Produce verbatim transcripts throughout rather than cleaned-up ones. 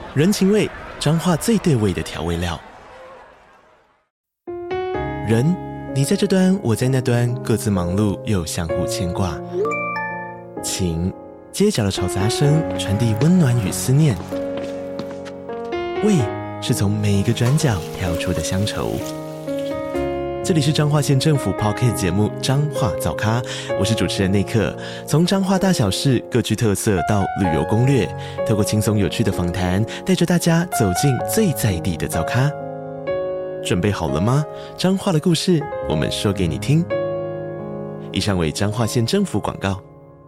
人情味，彰化最对味的调味料。人，你在这端，我在那端，各自忙碌又相互牵挂。情，街角的吵杂声传递温暖与思念。味，是从每一个转角跳出的乡愁。这里是彰化县政府 Podcast 节目《彰化早咖》，我是主持人内克。从彰化大小事各具特色到旅游攻略，透过轻松有趣的访谈，带着大家走进最在地的早咖。准备好了吗？彰化的故事，我们说给你听。以上为彰化县政府广告。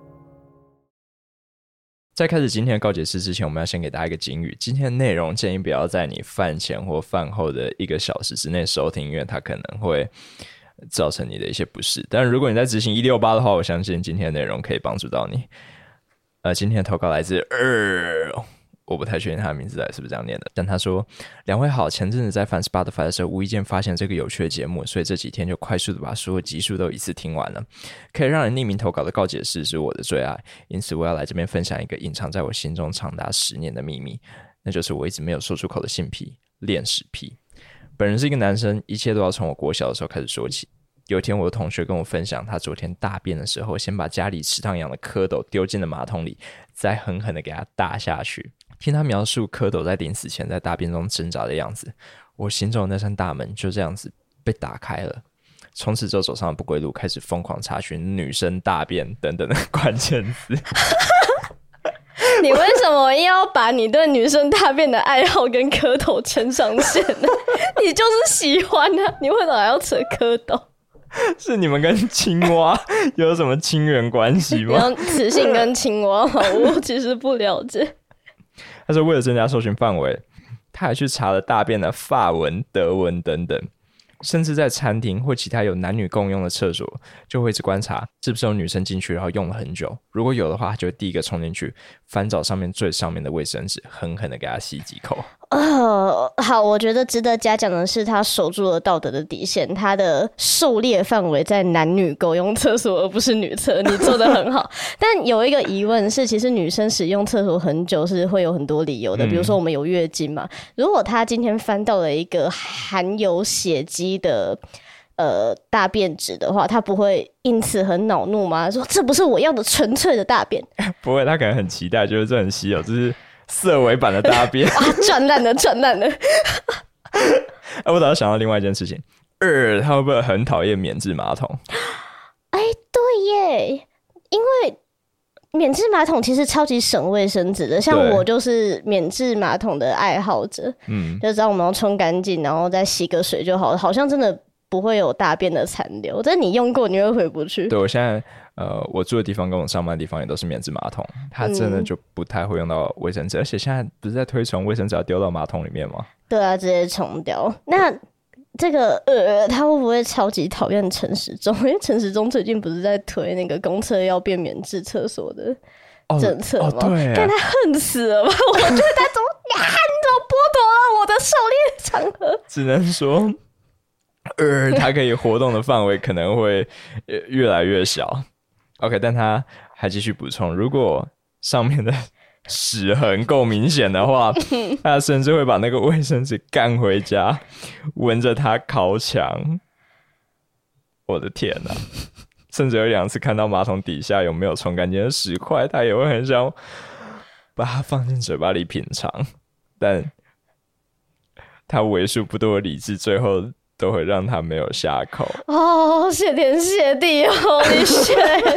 在开始今天的告解室之前，我们要先给大家一个警语。今天的内容建议不要在你饭前或饭后的一个小时之内收听，因为它可能会造成你的一些不适。但如果你在执行一六八的话，我相信今天的内容可以帮助到你。呃，今天的投稿来自呃我不太确定他的名字到底是不是这样念的，但他说：两位好，前阵子在翻 Spotify 的时候无意间发现这个有趣的节目，所以这几天就快速的把所有集数都一次听完了。可以让人匿名投稿的告解室是我的最爱，因此我要来这边分享一个隐藏在我心中长达十年的秘密，那就是我一直没有说出口的性癖——恋屎癖。本人是一个男生，一切都要从我国小的时候开始说起。有一天我的同学跟我分享，他昨天大便的时候先把家里池塘养的蝌蚪丢进了马桶里，再狠狠的给他大下去。听他描述蝌蚪在临死前在大便中挣扎的样子，我心中的那扇大门就这样子被打开了。从此之后走上了不归路，开始疯狂查询女生大便等等的关键字。 你为什么硬要把你对女生大便的爱好跟蝌蚪牵上线呢？你就是喜欢啊，你为什么还要扯蝌蚪？ 是你们跟青蛙有什么亲缘关系吗？ 然后雌性跟青蛙我其实不了解。 他说为了增加搜寻范围，他还去查了大便的法文、德文等等，甚至在餐厅或其他有男女共用的厕所，就会一直观察是不是有女生进去然后用了很久，如果有的话，他就会第一个冲进去翻找上面最上面的卫生纸，狠狠的给他吸几口。 呃，好，我觉得值得嘉奖的是他守住了道德的底线，他的狩猎范围在男女共用厕所而不是女厕，你做得很好。但有一个疑问是，其实女生使用厕所很久是会有很多理由的，比如说我们有月经嘛，如果他今天翻到了一个含有血迹的呃大便纸的话，他不会因此很恼怒吗？说这不是我要的纯粹的大便？ 不会，他可能很期待，觉得这很稀有，这是色违版的大便啊，赚烂了，赚烂了！ 啊，我倒是想到另外一件事情，二、他会不会很讨厌免治马桶？ 哎，对耶，因为免治马桶其实超级省卫生纸的，像我就是免治马桶的爱好者，嗯，就只要我们要冲干净，然后再洗个水就好了，好像真的不会有大便的残留。但你用过，你会回不去。对， 我现在呃，我住的地方跟我上班的地方也都是免治马桶，它真的就不太会用到卫生纸、嗯，而且现在不是在推崇卫生纸要丢到马桶里面吗？对啊，直接冲掉。那这个呃，他会不会超级讨厌陈时中？因为陈时中最近不是在推那个公厕要变免治厕所的政策吗？哦哦、对，但他恨死了吧？我觉得他怎么呀？你怎么剥夺了我的狩猎场合？ 只能说，呃，他可以活动的范围可能会越来越小。OK， 但他还继续补充，如果上面的屎痕够明显的话，他甚至会把那个卫生纸干回家，闻着它烤墙。我的天哪！甚至有两次看到马桶底下有没有冲干净的屎块，他也会很想把它放进嘴巴里品尝，但他为数不多的理智最后都会让他没有下口。 哦，谢天谢地哦，你学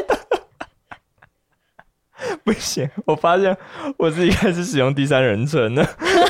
不行，我发现我自己开始使用第三人称了。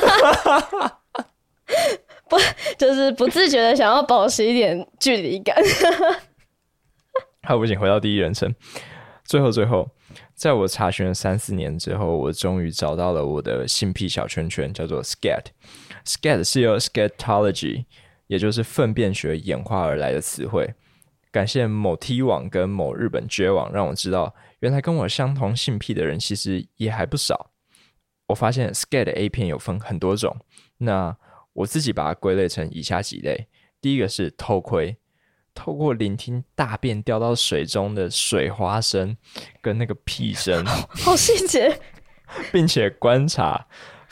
不，就是不自觉的想要保持一点距离感。 好，不行，回到第一人称。最后，最后，在我查询了三四年之后，我终于找到了我的性癖小圈圈，叫做 Scat。Scat 是由 Scatology， 也就是粪便学演化而来的词汇。感谢某 T 网跟某日本 J 网，让我知道原来跟我相同性癖的人其实也还不少。我发现 Scat 的 A 片有分很多种，那我自己把它归类成以下几类。第一个是偷窥，透过聆听大便掉到水中的水花声跟那个屁声， 好细节， 并且观察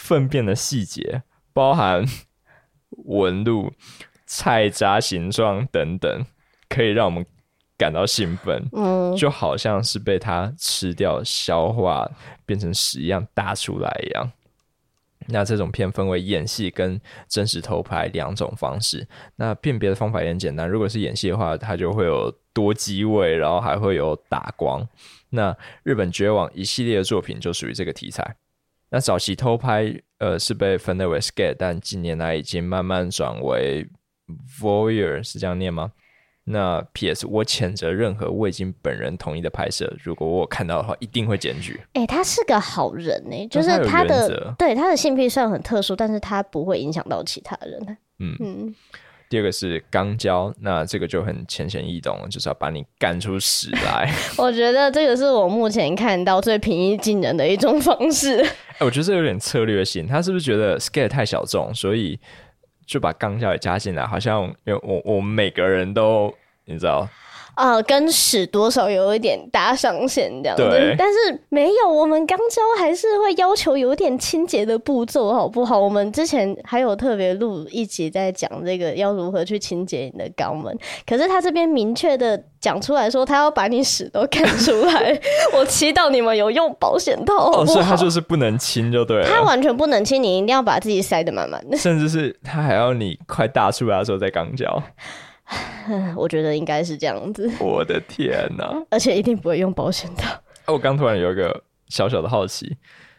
粪便的细节，包含纹路、菜渣形状等等，可以让我们感到兴奋，嗯，就好像是被它吃掉、消化变成屎一样大出来一样。那这种片分为演戏跟真实偷拍两种方式。那辨别的方法也很简单，如果是演戏的话，它就会有多机位，然后还会有打光。那日本绝网一系列的作品就属于这个题材。那早期偷拍呃是被分类为 skate， 但近年来已经慢慢转为 voyeur， 是这样念吗？那 P S 我谴责任何未经本人同意的拍摄，如果我有看到的话一定会检举。 欸，他是个好人欸，就是他的对他的性癖虽然很特殊，但是他不会影响到其他人。嗯嗯。 第二个是肛交，那这个就很浅显易懂，就是要把你干出屎来。 我觉得这个是我目前看到最平易近人的一种方式。欸， 我觉得这有点策略性，他是不是觉得 skate 太小众，所以就把肛交也加进来，好像我我们每个人都你知道呃，跟屎多少有一点搭上线这样子，但是没有，我们肛交还是会要求有点清洁的步骤，好不好？我们之前还有特别录一集在讲这个要如何去清洁你的肛门，可是他这边明确的讲出来说，他要把你屎都看出来。我祈祷你们有用保险套，好不好？ 哦，所以他就是不能亲就对了， 他完全不能亲，你一定要把自己塞得满满的， 甚至是他还要你快大出来的时候再肛交。 我觉得应该是这样子。 我的天哪！ 而且一定不会用保险套。 我刚突然有一个小小的好奇，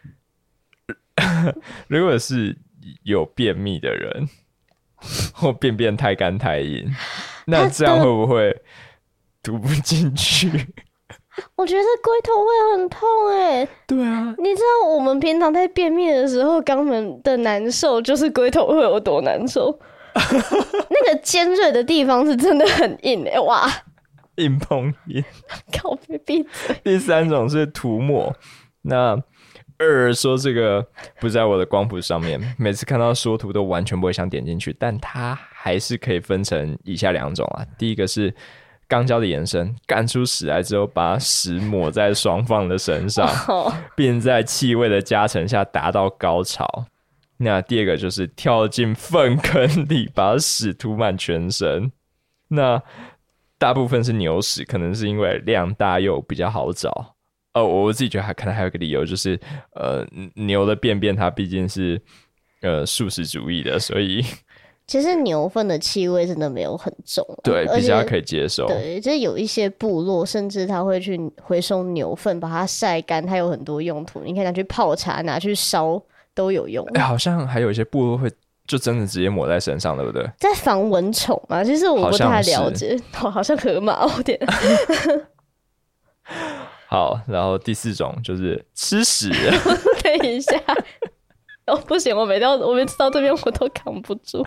如果是有便秘的人，或便便太干太硬，那这样会不会读不进去？ 我觉得龟头会很痛欸。对啊，你知道我们平常在便秘的时候，肛门的难受就是龟头会有多难受。那个尖锐的地方是真的很硬欸，哇， 硬碰硬。 靠别闭嘴。 第三种是涂抹，那二说这个不在我的光谱上面，每次看到说图都完全不会想点进去，但它还是可以分成以下两种啊。第一个是肛交的延伸，干出屎来之后把屎抹在双方的身上，哦，并在气味的加成下达到高潮。那第二个就是跳进粪坑里把屎涂满全身，那大部分是牛屎，可能是因为量大又比较好找。呃，我自己觉得还可能还有一个理由就是，呃，牛的便便它毕竟是呃素食主义的，所以其实牛粪的气味真的没有很重， 对，比较可以接受。 对，就是有一些部落甚至他会去回收牛粪，把它晒干，它有很多用途，你可以拿去泡茶，拿去烧。都有用。欸， 好像还有一些部落会就真的直接抹在身上，对不对？ 在防蚊虫嘛，其实我不太了解，好, 好像河马哦，点。 好，然后第四种就是吃屎。 等一下，哦不行，我每到我每次到这边我都扛不住。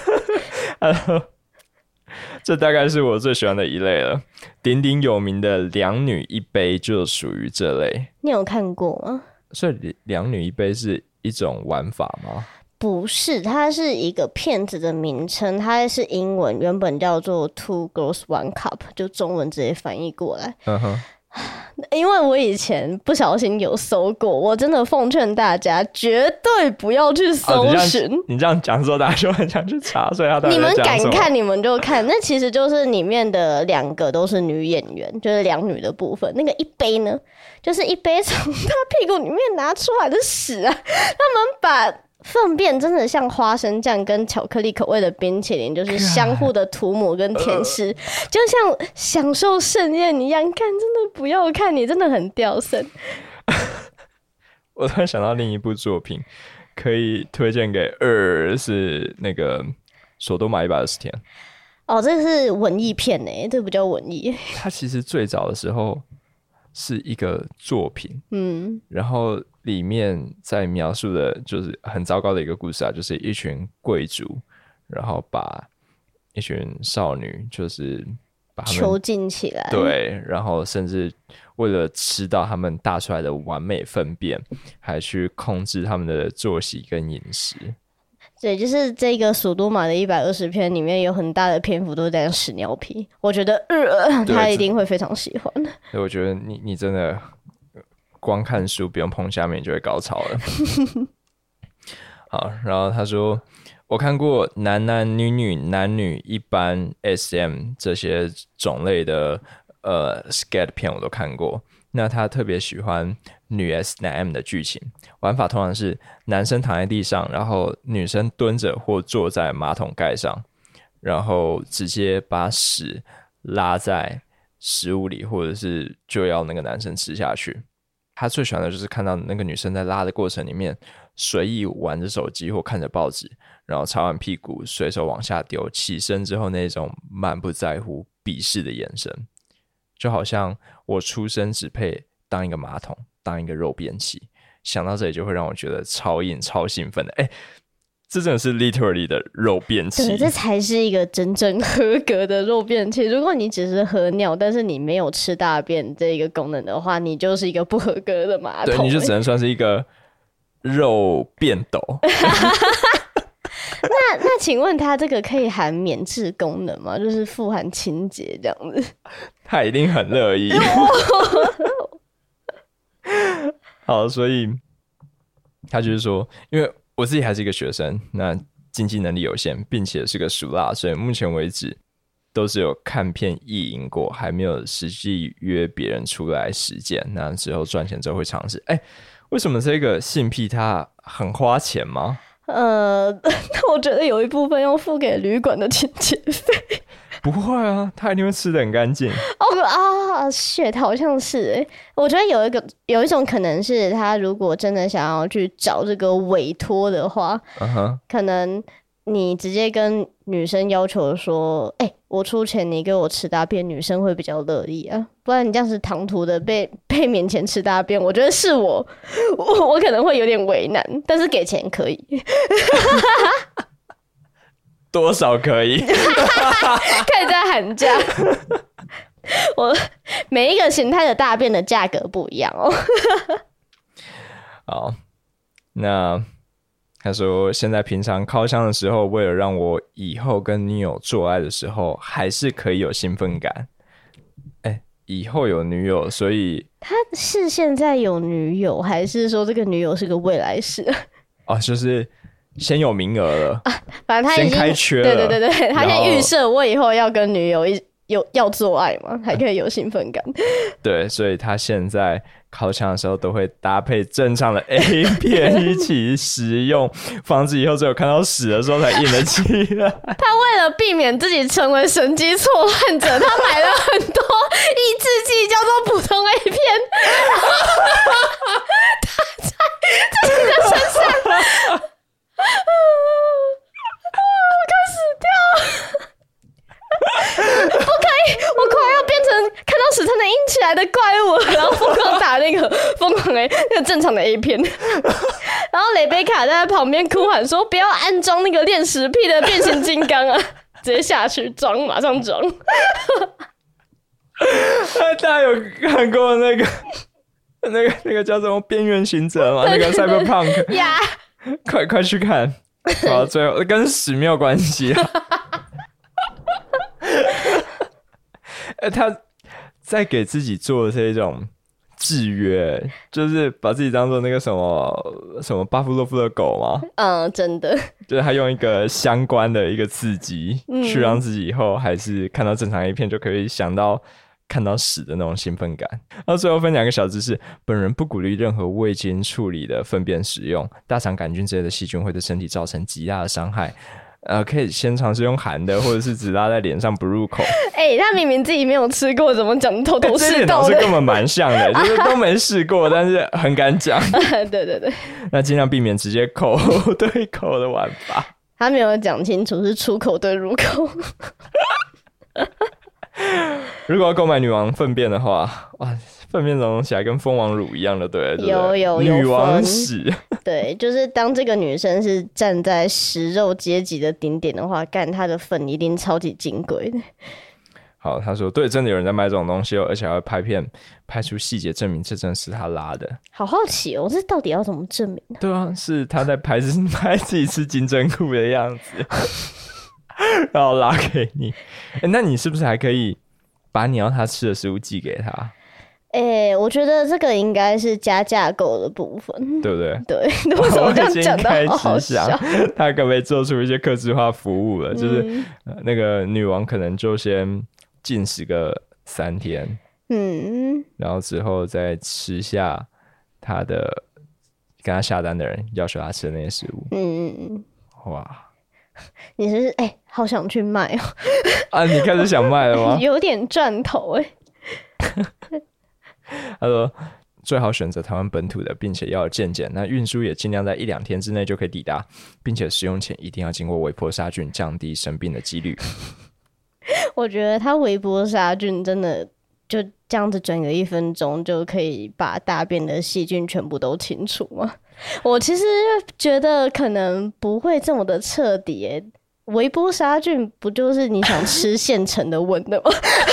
这大概是我最喜欢的一类了，鼎鼎有名的两女一杯就属于这类。 你有看过吗？ 所以两女一杯是一种玩法吗？ 不是，它是一个片子的名称，它是英文，原本叫做 Two Girls One Cup， 就中文直接翻译过来。嗯哼。因为我以前不小心有搜过，我真的奉劝大家绝对不要去搜寻。 哦，你这样讲之后，大家就很想去查，所以他你们敢看你们就看，那其实就是里面的两个都是女演员，就是两女的部分。那个一杯呢，就是一杯从她屁股里面拿出来的屎啊，他们把粪便真的像花生酱跟巧克力口味的冰淇淋，就是相互的涂抹跟甜食，呃、就像享受盛宴一样。看，真的不要看，你真的很掉身。 我突然想到另一部作品，可以推荐给二，是那个《索多玛一百二十天》。 哦，这个是文艺片诶，这个不叫文艺。 它其实最早的时候是一个作品，嗯，然后里面在描述的就是很糟糕的一个故事啊，就是一群贵族，然后把一群少女就是把他们囚禁起来， 对，然后甚至为了吃到他们大出来的完美粪便，还去控制他们的作息跟饮食。 对，就是这个索多玛的一百二十篇里面有很大的篇幅都在讲屎尿屁，我觉得呃他一定会非常喜欢。 所以我觉得你你真的光看书不用碰下面就会高潮了。 好，然后他说我看过男男女女男女一般 S M 这些种类的呃 scat 片我都看过，那他特别喜欢女 S 男 M 的剧情，玩法通常是男生躺在地上，然后女生蹲着或坐在马桶盖上，然后直接把屎拉在食物里，或者是就要那个男生吃下去。他最喜欢的就是看到那个女生在拉的过程里面随意玩着手机或看着报纸，然后擦完屁股随手往下丢，起身之后那种满不在乎鄙视的眼神，就好像我出生只配当一个马桶，当一个肉便器。想到这里就会让我觉得超硬超兴奋的。哎，这真的是 literally 的肉便器。 对，这才是一个真正合格的肉便器。如果你只是喝尿，但是你没有吃大便这一个功能的话，你就是一个不合格的马桶。 对，你就只能算是一个肉便斗。 那那请问他这个可以含免治功能吗？就是富含清洁这样子？ 他一定很乐意。好，所以他就是说，因为我自己还是一个学生，那经济能力有限，并且是个俗辣，所以目前为止都是有看片意淫过，还没有实际约别人出来实践。那之后赚钱之后会尝试。哎，为什么这个性癖它很花钱吗？ 呃，那我觉得有一部分要付给旅馆的清洁费。 不会啊，他一定会吃得很干净。 哦啊 ，shit， 好像是哎。我觉得有一个有一种可能是，他如果真的想要去找这个委托的话， uh-huh. 可能你直接跟女生要求说，哎、欸，我出钱，你给我吃大便，女生会比较乐意啊。不然你这样子唐突的被被免钱吃大便，我觉得是我我我可能会有点为难，但是给钱可以。 多少可以？ 可以再喊价。我每一个形态的大便的价格不一样哦。 好，那他说现在平常靠枪的时候，为了让我以后跟女友做爱的时候还是可以有兴奋感。哎，以后有女友，所以他是现在有女友，还是说这个女友是个未来式？ 哦，就是先有名额了，啊、 反正他已经先开缺了， 对对对对，他先预设我以后要跟女友一有要做爱嘛，还可以有兴奋感。 对，所以他现在靠枪的时候都会搭配正常的 A 片一起使用，防止以后只有看到屎的时候才硬得起来。 他为了避免自己成为神经错乱者，他买了很多抑制剂，叫做普通 A 片，他在自己的身上。我快死掉！不可以，我快要变成看到屎才能硬起来的怪物，然后疯狂打那个疯狂 A 那个正常的 A 片，然后蕾贝卡在旁边哭喊说：“不要安装那个练屎屁的变形金刚啊！”直接下去装，马上装。 大家有看过那个那个那个叫什么《边缘行者》吗？那个 Cyberpunk 呀。快快去看！好，最后跟屎没有关系啊。欸、他在给自己做的这种制约，就是把自己当做那个什么什么巴夫洛夫的狗吗？ 嗯，真的， 就是他用一个相关的一个刺激，嗯、去让自己以后还是看到正常A片就可以想到看到屎的那种兴奋感。然后最后分享一个小知识，本人不鼓励任何未经处理的粪便使用，大肠杆菌之类的细菌会对身体造成极大的伤害。呃，可以先尝试用含的，或者是只拉在脸上不入口。 哎、欸，他明明自己没有吃过，怎么讲头头是道的？ 这根本蛮像的，就是都没试过，但是很敢讲。 对对对， 那尽量避免直接口对口的玩法。 他没有讲清楚是出口对入口。 如果要购买女王粪便的话，哇，粪便融起来跟蜂王乳一样的，对，对有有有女王屎。 对，就是当这个女生是站在食肉阶级的顶点的话，干她的粪一定超级金贵的。 好，他说对，真的有人在卖这种东西哦，而且还会拍片拍出细节证明这真的是他拉的。好好奇哦，这到底要怎么证明呢？ 对啊，是他在拍拍自己吃金针菇的样子。然后拉给你、欸，那你是不是还可以把你要他吃的食物寄给他？ 诶、欸，我觉得这个应该是加价购的部分， 对不对？ 对，为什么这样讲的好好笑？ 他可不可以做出一些客制化服务了？嗯、就是、呃、那个女王可能就先禁食个三天，嗯，然后之后再吃下他的跟他下单的人要求他吃的那些食物。嗯，哇， 你是哎、欸，好想去卖哦！ 啊，你开始想卖了吗？ 有点赚头哎、 欸。他说最好选择台湾本土的，并且要有健检，那运输也尽量在一两天之内就可以抵达，并且使用前一定要经过微波杀菌，降低生病的几率。 我觉得他微波杀菌真的就这样子转个一分钟就可以把大便的细菌全部都清除吗？我其实觉得可能不会这么的彻底耶。微波杀菌不就是你想吃现成的温的吗？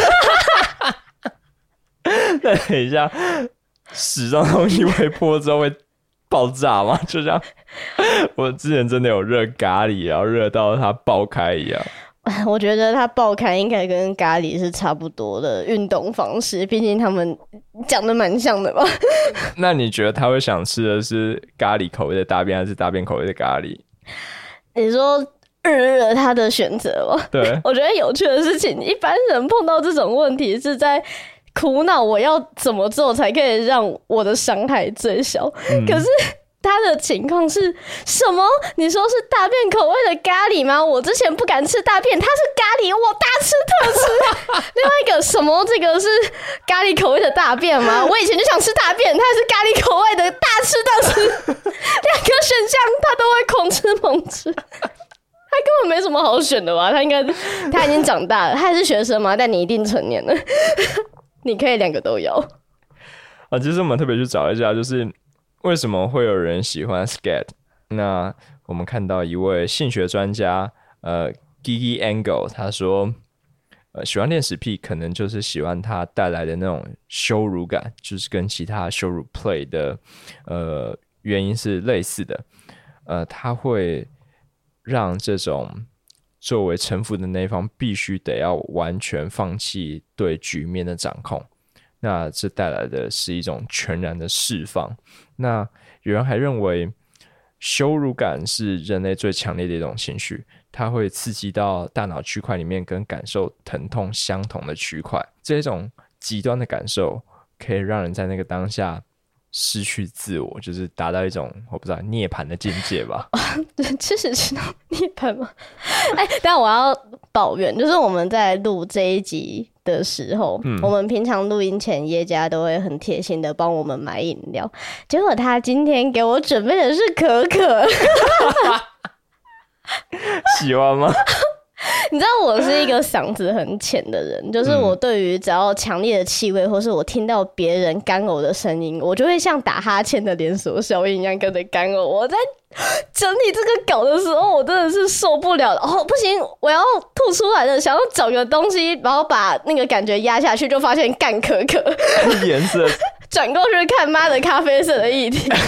那等一下，屎这种东西微波之后会爆炸吗？就像我之前真的有热咖喱，然后热到它爆开一样。 我觉得它爆开应该跟咖喱是差不多的运动方式，毕竟他们讲的蛮像的吧。 那你觉得他会想吃的是咖喱口味的大便，还是大便口味的咖喱？ 你说呃他的选择吗？ 对， 我觉得有趣的事情，一般人碰到这种问题是在苦恼我要怎么做才可以让我的伤害最小、嗯、可是他的情况是什么？你说是大便口味的咖喱吗？我之前不敢吃大便，它是咖喱，我大吃特吃。另外一个什么？这个是咖喱口味的大便吗？我以前就想吃大便，它是咖喱口味的大吃特吃。两个选项他都会狂吃猛吃。他根本没什么好选的吧？他应该他已经长大了，他还是学生嘛，但你一定成年了。你可以两个都要啊！其实我们特别去找一下，就是为什么会有人喜欢 scat。那我们看到一位性学专家，呃 ，Gigi Angle， 他说，呃，喜欢恋屎癖可能就是喜欢他带来的那种羞辱感，就是跟其他羞辱 play 的呃原因是类似的。呃，他会让这种作为臣服的那一方必须得要完全放弃对局面的掌控，那这带来的是一种全然的释放。那有人还认为羞辱感是人类最强烈的一种情绪，它会刺激到大脑区块里面跟感受疼痛相同的区块，这种极端的感受可以让人在那个当下失去自我，就是达到一种我不知道涅槃的境界吧。 其实知道涅槃吗？哎，但我要抱怨，就是我们在录这一集的时候、嗯、我们平常录音前叶家都会很贴心的帮我们买饮料，结果他今天给我准备的是可可。 喜欢吗？ 你知道我是一个嗓子很浅的人，就是我对于只要强烈的气味或是我听到别人干呕的声音，我就会像打哈欠的连锁效应一样跟着干呕。我在整理这个稿的时候我真的是受不了了，哦不行，我要吐出来了，想要找个东西然后把那个感觉压下去，就发现干可可颜色转过去看妈的咖啡色的液体。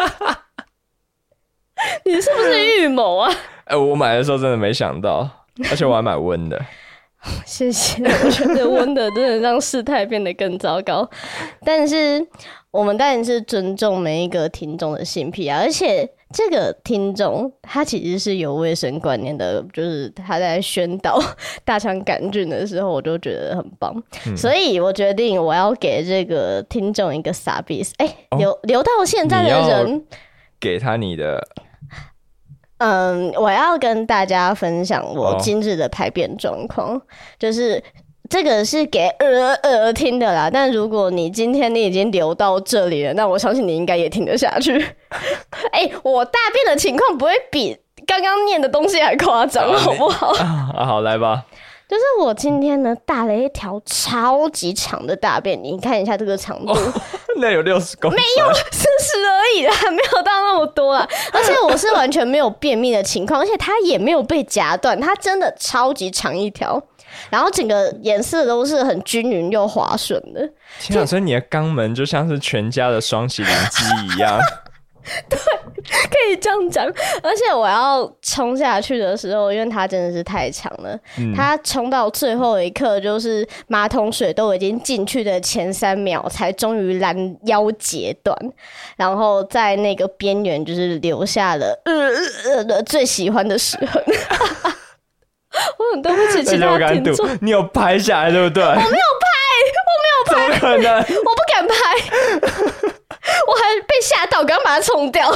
你是不是预谋啊？ 欸，我买的时候真的没想到，而且我还买温的。 谢谢，我觉得温的真的让事态变得更糟糕。但是我们当然是尊重每一个听众的性癖啊，而且这个听众他其实是有卫生观念的，就是他在宣导大肠杆菌的时候，我就觉得很棒。嗯、所以我决定我要给这个听众一个傻逼，哎、欸，留、哦、留到现在的人， 给他你的。 嗯，我要跟大家分享我今日的排便状况，哦、就是这个是给呃呃听的啦。但如果你今天你已经留到这里了，那我相信你应该也听得下去。哎、欸，我大便的情况不会比刚刚念的东西还夸张，好不好？ 啊，好，来吧。 就是我今天呢大了一条超级长的大便，你看一下这个长度，哦、 那有六十公分， 没有四十而已啦，没有到那么多啦。而且我是完全没有便秘的情况，而且它也没有被夹断，它真的超级长一条，然后整个颜色都是很均匀又滑顺的。 天啊，所以你的肛门就像是全家的双麒麟鸡一样。 对，可以这样讲。而且我要冲下去的时候，因为它真的是太长了，嗯、它冲到最后一刻，就是马桶水都已经进去的前三秒，才终于拦腰截断，然后在那个边缘就是留下了呃呃最喜欢的齿痕。我很对不起其他听众， 你有拍下来对不对？我没有拍，我没有拍， 怎么可能？ 我不敢拍。我还被吓到，刚把它冲掉。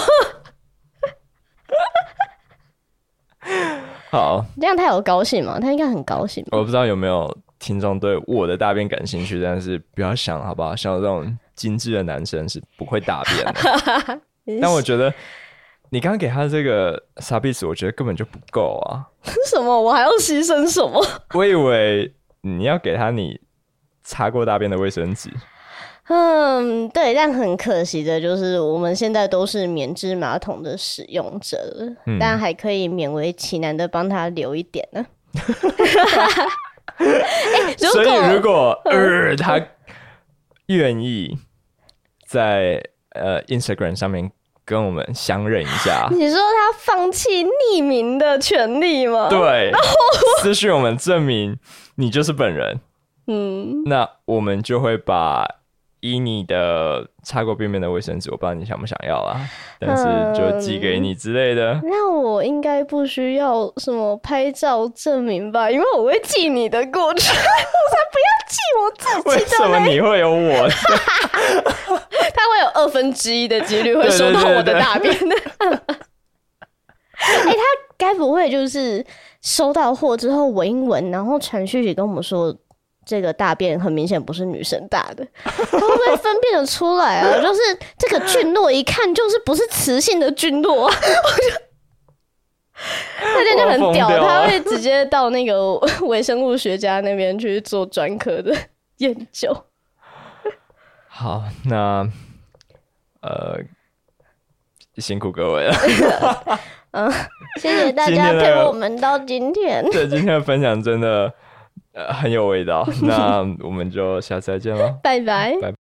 好， 这样他有高兴吗？他应该很高兴吧。 我不知道有没有听众对我的大便感兴趣，但是不要想好不好？像我这种精致的男生是不会大便的。但我觉得你刚刚给他这个沙比斯，我觉得根本就不够啊。 什么？我还要牺牲什么？ 我以为你要给他你擦过大便的卫生纸。 嗯，对，但很可惜的就是我们现在都是免治马桶的使用者了，嗯、但还可以勉为其难的帮他留一点呢。欸、 所以如果、呃、他愿意在呃 Instagram 上面跟我们相认一下， 你说他放弃匿名的权利吗？ 对，私讯我们证明你就是本人，嗯，那我们就会把以你的擦过便便的卫生纸，我不知道你想不想要啊，但是就寄给你之类的。 嗯、那我应该不需要什么拍照证明吧？因为我会寄你的过去，我才不要寄我自己的。 为什么你会有我的？ 他会有二分之一的几率会收到我的大便的。哎、欸，他该不会就是收到货之后闻一闻，然后传讯息跟我们说？这个大便很明显不是女生大的，他会不会分辨得出来啊？就是这个菌落一看就是不是雌性的菌落啊！我就他这就很屌，他会直接到那个微生物学家那边去做专科的研究。 好，那呃，辛苦各位了。 嗯，谢谢大家陪我们到今天。 对，今天的分享真的。呃，很有味道，那我们就下次再见了， 拜拜。 拜拜。